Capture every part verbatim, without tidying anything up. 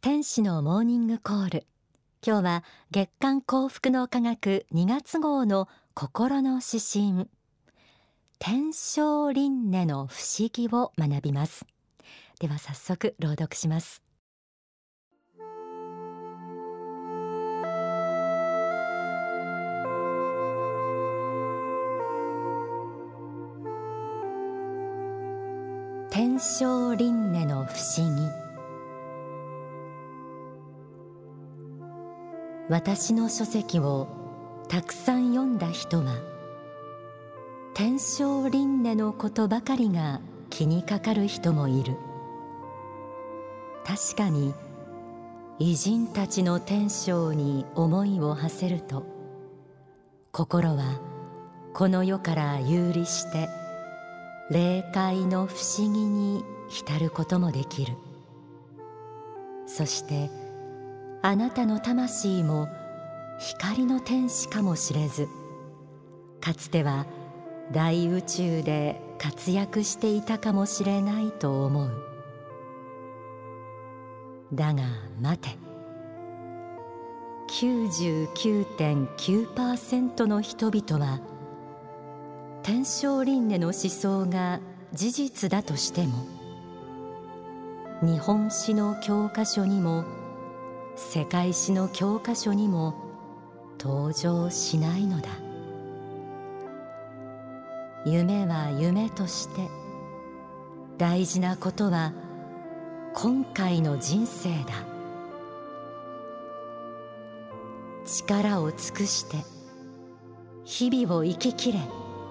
天使のモーニングコール。今日は月刊幸福の科学にがつ号の心の指針、天正輪廻の不思議を学びます。では早速朗読します。天正輪廻の不思議。私の書籍をたくさん読んだ人は、天正輪廻のことばかりが気にかかる人もいる。確かに偉人たちの天正に思いを馳せると、心はこの世から遊離して霊界の不思議に浸ることもできる。そしてあなたの魂も光の天使かもしれず、かつては大宇宙で活躍していたかもしれないと思う。だが待て、きゅうじゅうきゅうてんきゅうパーセント の人々は天正輪廻の思想が事実だとしても、日本史の教科書にも世界史の教科書にも登場しないのだ。夢は夢として、大事なことは今回の人生だ。力を尽くして日々を生ききれ。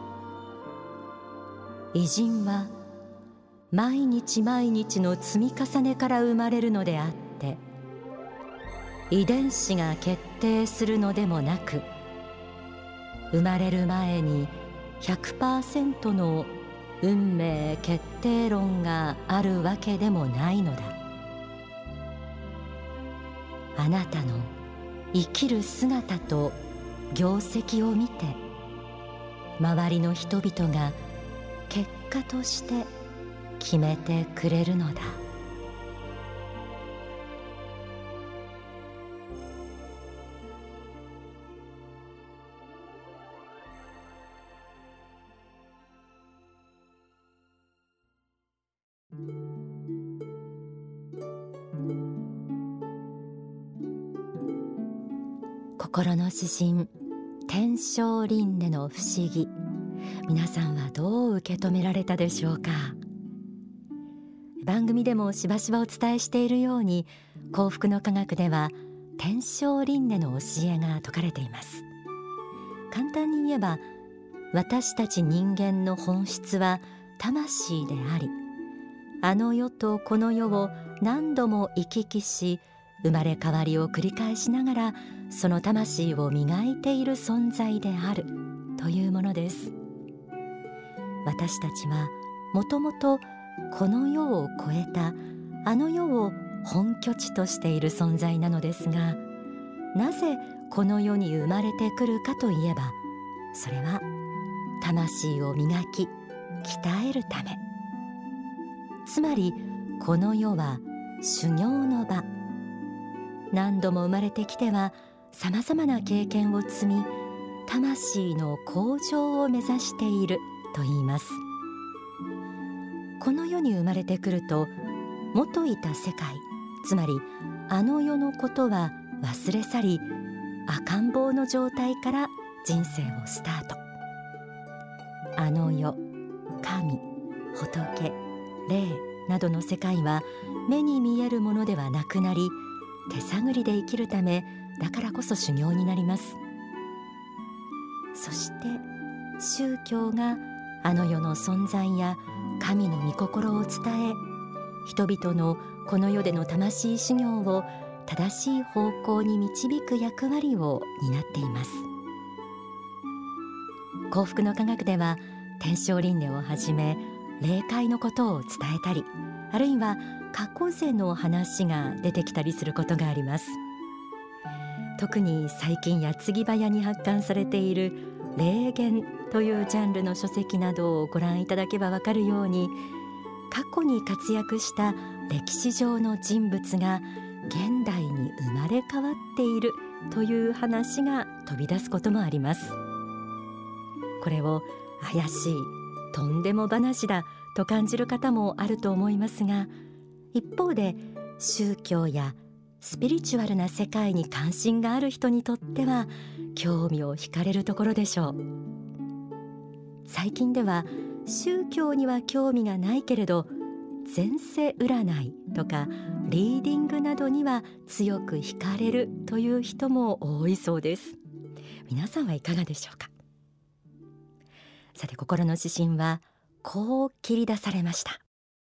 偉人は毎日毎日の積み重ねから生まれるのであって、遺伝子が決定するのでもなく、生まれる前に ひゃくパーセント の運命決定論があるわけでもないのだ。あなたの生きる姿と業績を見て、周りの人々が結果として決めてくれるのだ。心の指針、天正輪廻の不思議。皆さんはどう受け止められたでしょうか。番組でもしばしばお伝えしているように、幸福の科学では天正輪廻の教えが説かれています。簡単に言えば、私たち人間の本質は魂であり、あの世とこの世を何度も行き来し、生まれ変わりを繰り返しながらその魂を磨いている存在であるというものです。私たちはもともとこの世を超えたあの世を本拠地としている存在なのですが、なぜこの世に生まれてくるかといえば、それは魂を磨き鍛えるため。つまりこの世は修行の場。何度も生まれてきてはさまざまな経験を積み、魂の向上を目指していると言います。この世に生まれてくると、元いた世界、つまりあの世のことは忘れ去り、赤ん坊の状態から人生をスタート。あの世、神、仏、霊などの世界は目に見えるものではなくなり、手探りで生きるため、だからこそ修行になります。そして宗教があの世の存在や神の御心を伝え、人々のこの世での魂修行を正しい方向に導く役割を担っています。幸福の科学では天正輪廻をはじめ、霊界のことを伝えたり、あるいは過去世の話が出てきたりすることがあります。特に最近矢継ぎ早に発刊されている霊言というジャンルの書籍などをご覧いただけばわかるように、過去に活躍した歴史上の人物が現代に生まれ変わっているという話が飛び出すこともあります。これを怪しい、とんでも話だと感じる方もあると思いますが、一方で宗教やスピリチュアルな世界に関心がある人にとっては興味を惹かれるところでしょう。最近では宗教には興味がないけれど前世占いとかリーディングなどには強く惹かれるという人も多いそうです。皆さんはいかがでしょうか。さて、心の指針はこう切り出されました。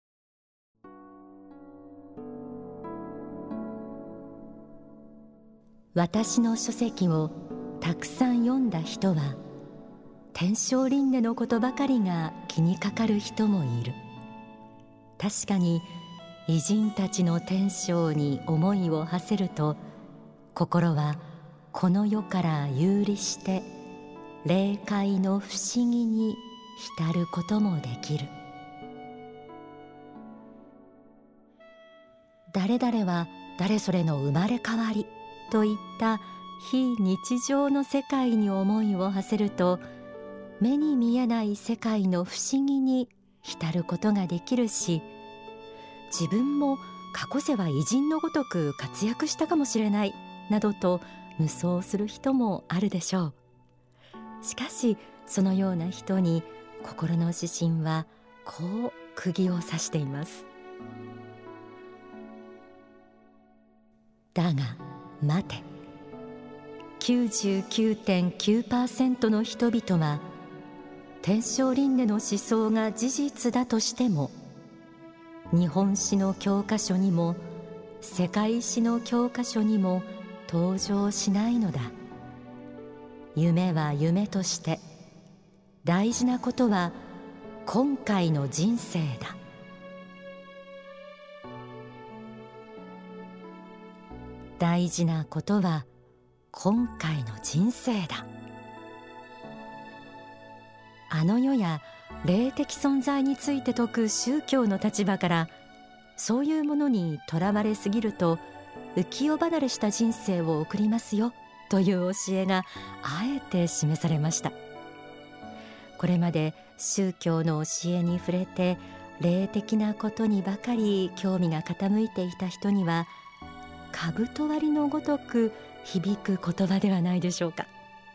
私の書籍をたくさん読んだ人は天正輪廻のことばかりが気にかかる人もいる。確かに偉人たちの天正に思いを馳せると、心はこの世から遊離して霊界の不思議に浸ることもできる。誰々は誰それの生まれ変わりといった非日常の世界に思いを馳せると、目に見えない世界の不思議に浸ることができるし、自分も過去世は偉人のごとく活躍したかもしれないなどと無双する人もあるでしょう。しかしそのような人に心の指針はこう釘を刺しています。だが待て、きゅうじゅうきゅうてんきゅうパーセント の人々は天正輪廻の思想が事実だとしても、日本史の教科書にも世界史の教科書にも登場しないのだ。夢は夢として、大事なことは今回の人生だ。大事なことは今回の人生だ。あの世や霊的存在について説く宗教の立場から、そういうものにとらわれすぎると浮世離れした人生を送りますよという教えがあえて示されました。これまで宗教の教えに触れて霊的なことにばかり興味が傾いていた人には、兜割りのごとく響く言葉ではないでしょうか。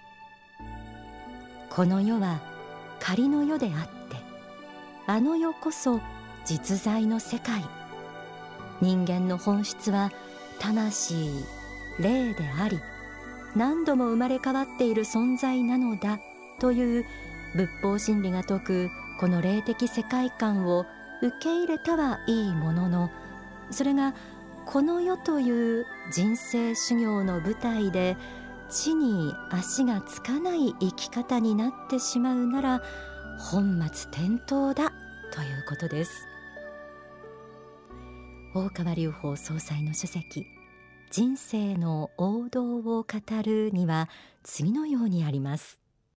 この世は仮の世であって、あの世こそ実在の世界。人間の本質は魂、霊であり、何度も生まれ変わっている存在なのだという仏法真理が説くこの霊的世界観を受け入れたはいいものの、それがこの世という人生修行の舞台で地に足がつかない生き方になってしまうなら、本末転倒だということです。大川隆法総裁の書籍「人生の王道を語る」には次のようにあります。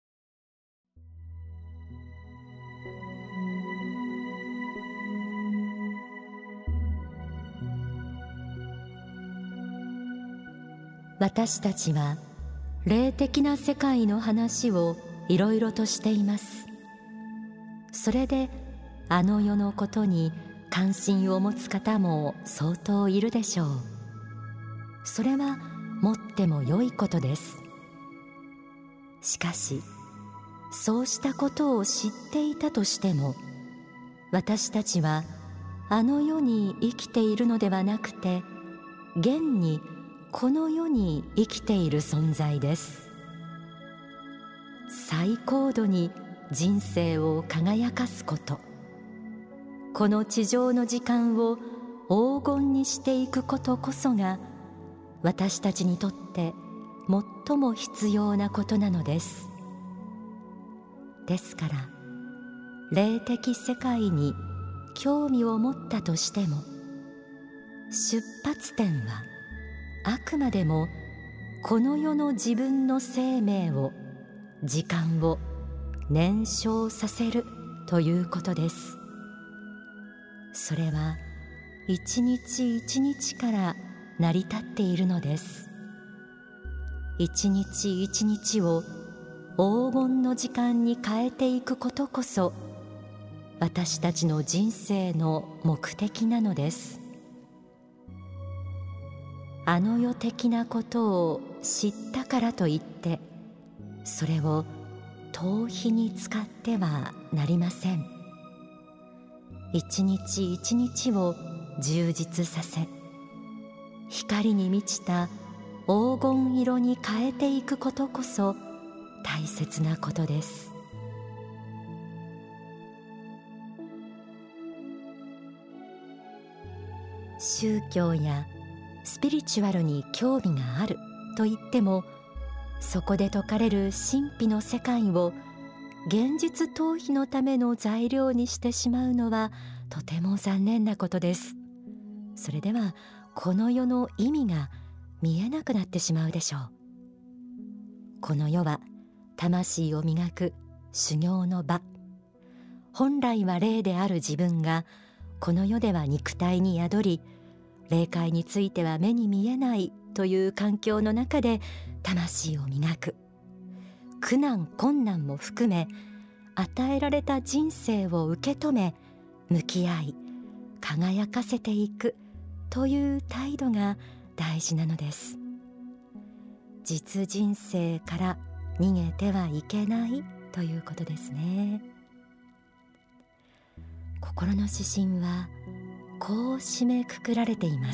私たちは霊的な世界の話をいろいろとしています。それであの世のことに関心を持つ方も相当いるでしょう。それは持っても良いことです。しかしそうしたことを知っていたとしても、私たちはあの世に生きているのではなくて、現にこの世に生きている存在です。最高度に人生を輝かすこと、この地上の時間を黄金にしていくことこそが、私たちにとって最も必要なことなのです。ですから、霊的世界に興味を持ったとしても、出発点はあくまでもこの世の自分の生命を、時間を燃焼させるということです。それは一日一日から成り立っているのです。一日一日を黄金の時間に変えていくことこそ私たちの人生の目的なのです。あの世的なことを知ったからといってそれを逃避に使ってはなりません。一日一日を充実させ、光に満ちた黄金色に変えていくことこそ大切なことです。宗教やスピリチュアルに興味があると言っても、そこで説かれる神秘の世界を現実逃避のための材料にしてしまうのはとても残念なことです。それではこの世の意味が見えなくなってしまうでしょう。この世は魂を磨く修行の場。本来は霊である自分がこの世では肉体に宿り、霊界については目に見えないという環境の中で魂を磨く。苦難困難も含め与えられた人生を受け止め向き合い輝かせていくという態度が大事なのです。実人生から逃げてはいけないということですね。心の指針はこう締めくくられています。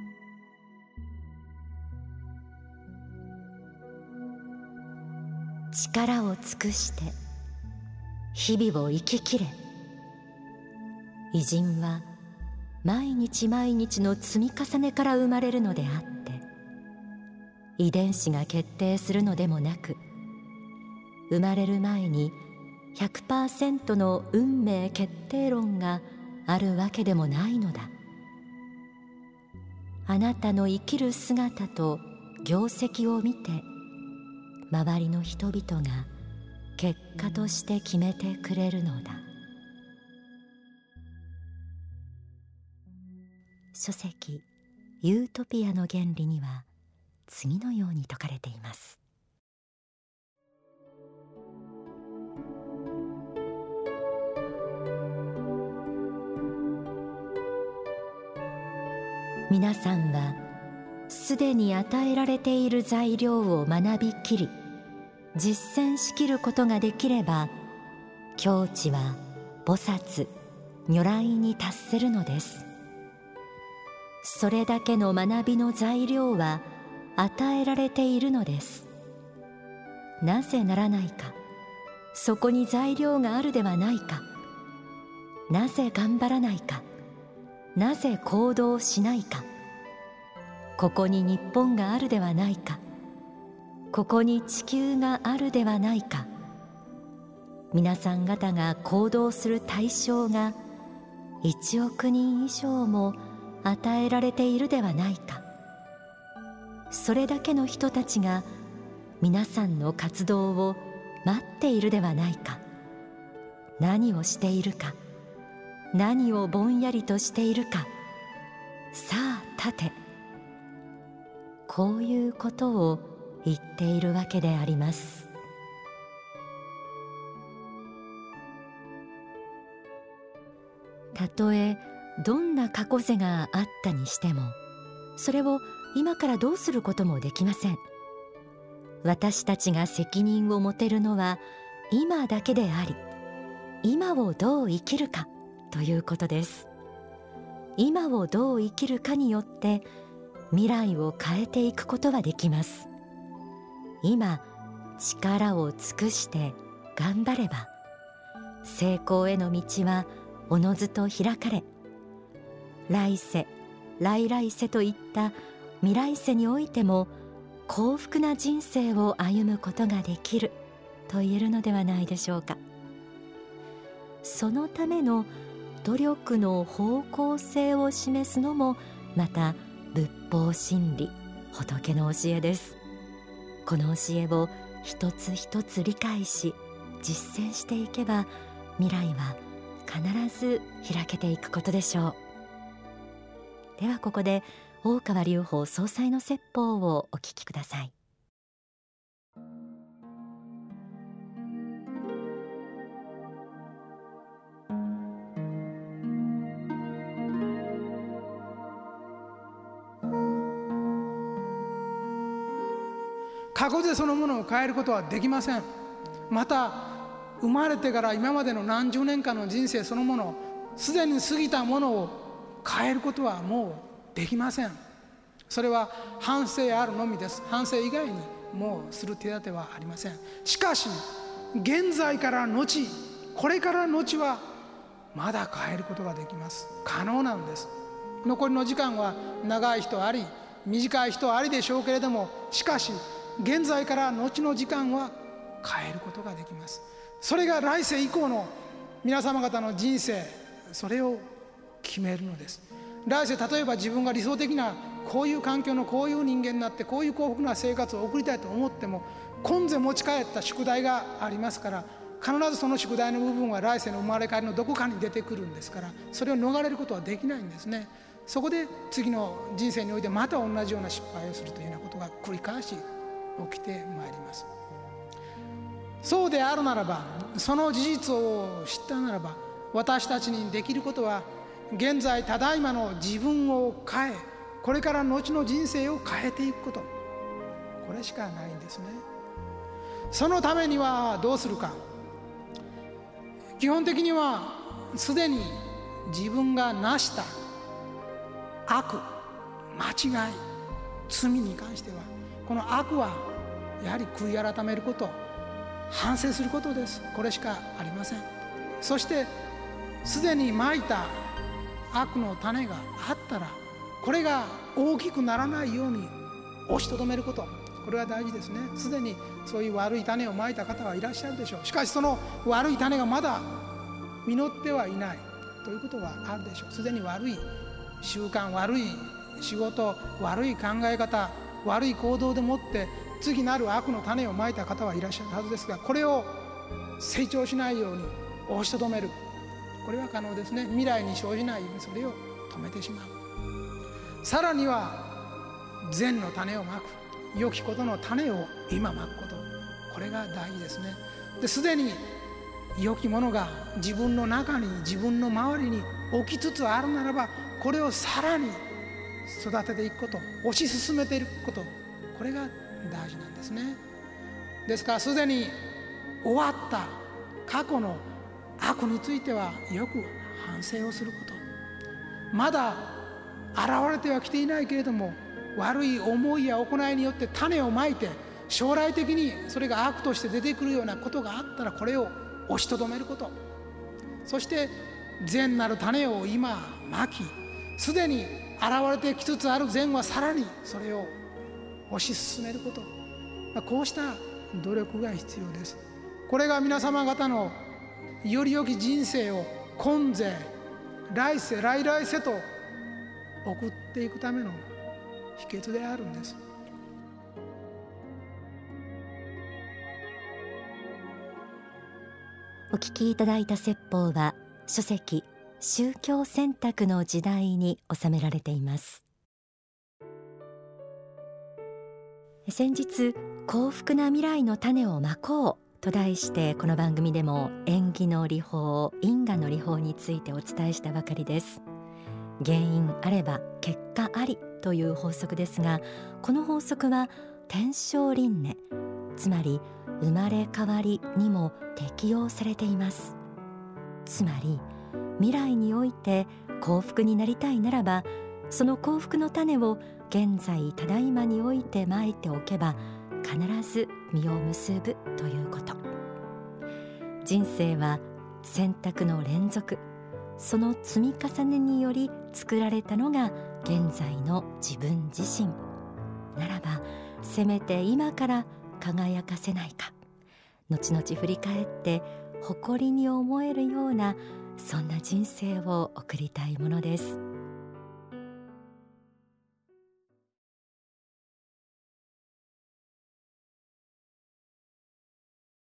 力を尽くして日々を生ききれ。偉人は毎日毎日の積み重ねから生まれるのであって、遺伝子が決定するのでもなく、生まれる前に ひゃくパーセント の運命決定論があるわけでもないのだ。あなたの生きる姿と業績を見て、周りの人々が結果として決めてくれるのだ。書籍ユートピアの原理には次のように説かれています。皆さんはすでに与えられている材料を学びきり実践しきることができれば、境地は菩薩如来に達せるのです。それだけの学びの材料は与えられているのです。なぜならないか、そこに材料があるではないか。なぜ頑張らないか、なぜ行動しないか。ここに日本があるではないか、ここに地球があるではないか。皆さん方が行動する対象がいちおく人以上も与えられているではないか。それだけの人たちが皆さんの活動を待っているではないか。何をしているか、何をぼんやりとしているか。さあ立て。こういうことを言っているわけであります。たとえどんな過去世があったにしても、それを今からどうすることもできません。私たちが責任を持てるのは今だけであり、今をどう生きるかということです。今をどう生きるかによって未来を変えていくことはできます。今力を尽くして頑張れば、成功への道はおのずと開かれ、来世来来世といった未来世においても幸福な人生を歩むことができると言えるのではないでしょうか。そのための努力の方向性を示すのもまた仏法真理、仏の教えです。この教えを一つ一つ理解し実践していけば、未来は必ず開けていくことでしょう。ではここで大川隆法総裁の説法をお聞きください。 過去勢そのものを変えることはできません。また生まれてから今までの何十年間の人生そのもの、すでに過ぎたものを変えることはもうできません。それは反省あるのみです。反省以外にもうする手立てはありません。しかし現在から後、これから後はまだ変えることができます。可能なんです。残りの時間は長い人あり短い人ありでしょうけれども、しかし現在から後の時間は変えることができます。それが来世以降の皆様方の人生、それを決めるのです。来世、例えば自分が理想的なこういう環境のこういう人間になってこういう幸福な生活を送りたいと思っても、今世持ち帰った宿題がありますから、必ずその宿題の部分は来世の生まれ変わりのどこかに出てくるんですから、それを逃れることはできないんですね。そこで次の人生においてまた同じような失敗をするというようなことが繰り返し起きてまいります。そうであるならば、その事実を知ったならば、私たちにできることは現在ただいまの自分を変え、これから後の人生を変えていくこと、これしかないんですね。そのためにはどうするか。基本的にはすでに自分が成した悪、間違い、罪に関しては、この悪はやはり悔い改めること、反省することです。これしかありません。そしてすでにまいた悪の種があったら、これが大きくならないように押しとどめること、これは大事ですね。すでにそういう悪い種をまいた方はいらっしゃるでしょう。しかしその悪い種がまだ実ってはいないということはあるでしょう。すでに悪い習慣、悪い仕事、悪い考え方、悪い行動でもって次なる悪の種をまいた方はいらっしゃるはずですが、これを成長しないように押しとどめる、これは可能ですね。未来に生じないようにそれを止めてしまう。さらには善の種をまく、良きことの種を今まくこと、これが大事ですね。ですでに良きものが自分の中に、自分の周りに起きつつあるならば、これをさらに育てていくこと、推し進めていくこと、これが大事なんですね。ですからすでに終わった過去の悪についてはよく反省をすること、まだ現れてはきていないけれども、悪い思いや行いによって種をまいて、将来的にそれが悪として出てくるようなことがあったら、これを押しとどめること、そして善なる種を今まき、すでに現れてきつつある善はさらにそれを推し進めること、こうした努力が必要です。これが皆様方のより良き人生を今世、来世、来来世と送っていくための秘訣であるんです。 お聞きいただいた説法は書籍宗教選択の時代に収められています。先日、幸福な未来の種をまこうと題して、この番組でも縁起の理法、因果の理法についてお伝えしたばかりです。原因あれば結果ありという法則ですが、この法則は天正輪廻、つまり生まれ変わりにも適用されています。つまり未来において幸福になりたいならば、その幸福の種を現在ただいまにおいてまいておけば、必ず実を結ぶということ。人生は選択の連続、その積み重ねにより作られたのが現在の自分自身ならば、せめて今から輝かせないか、後々振り返って誇りに思えるような、そんな人生を送りたいものです。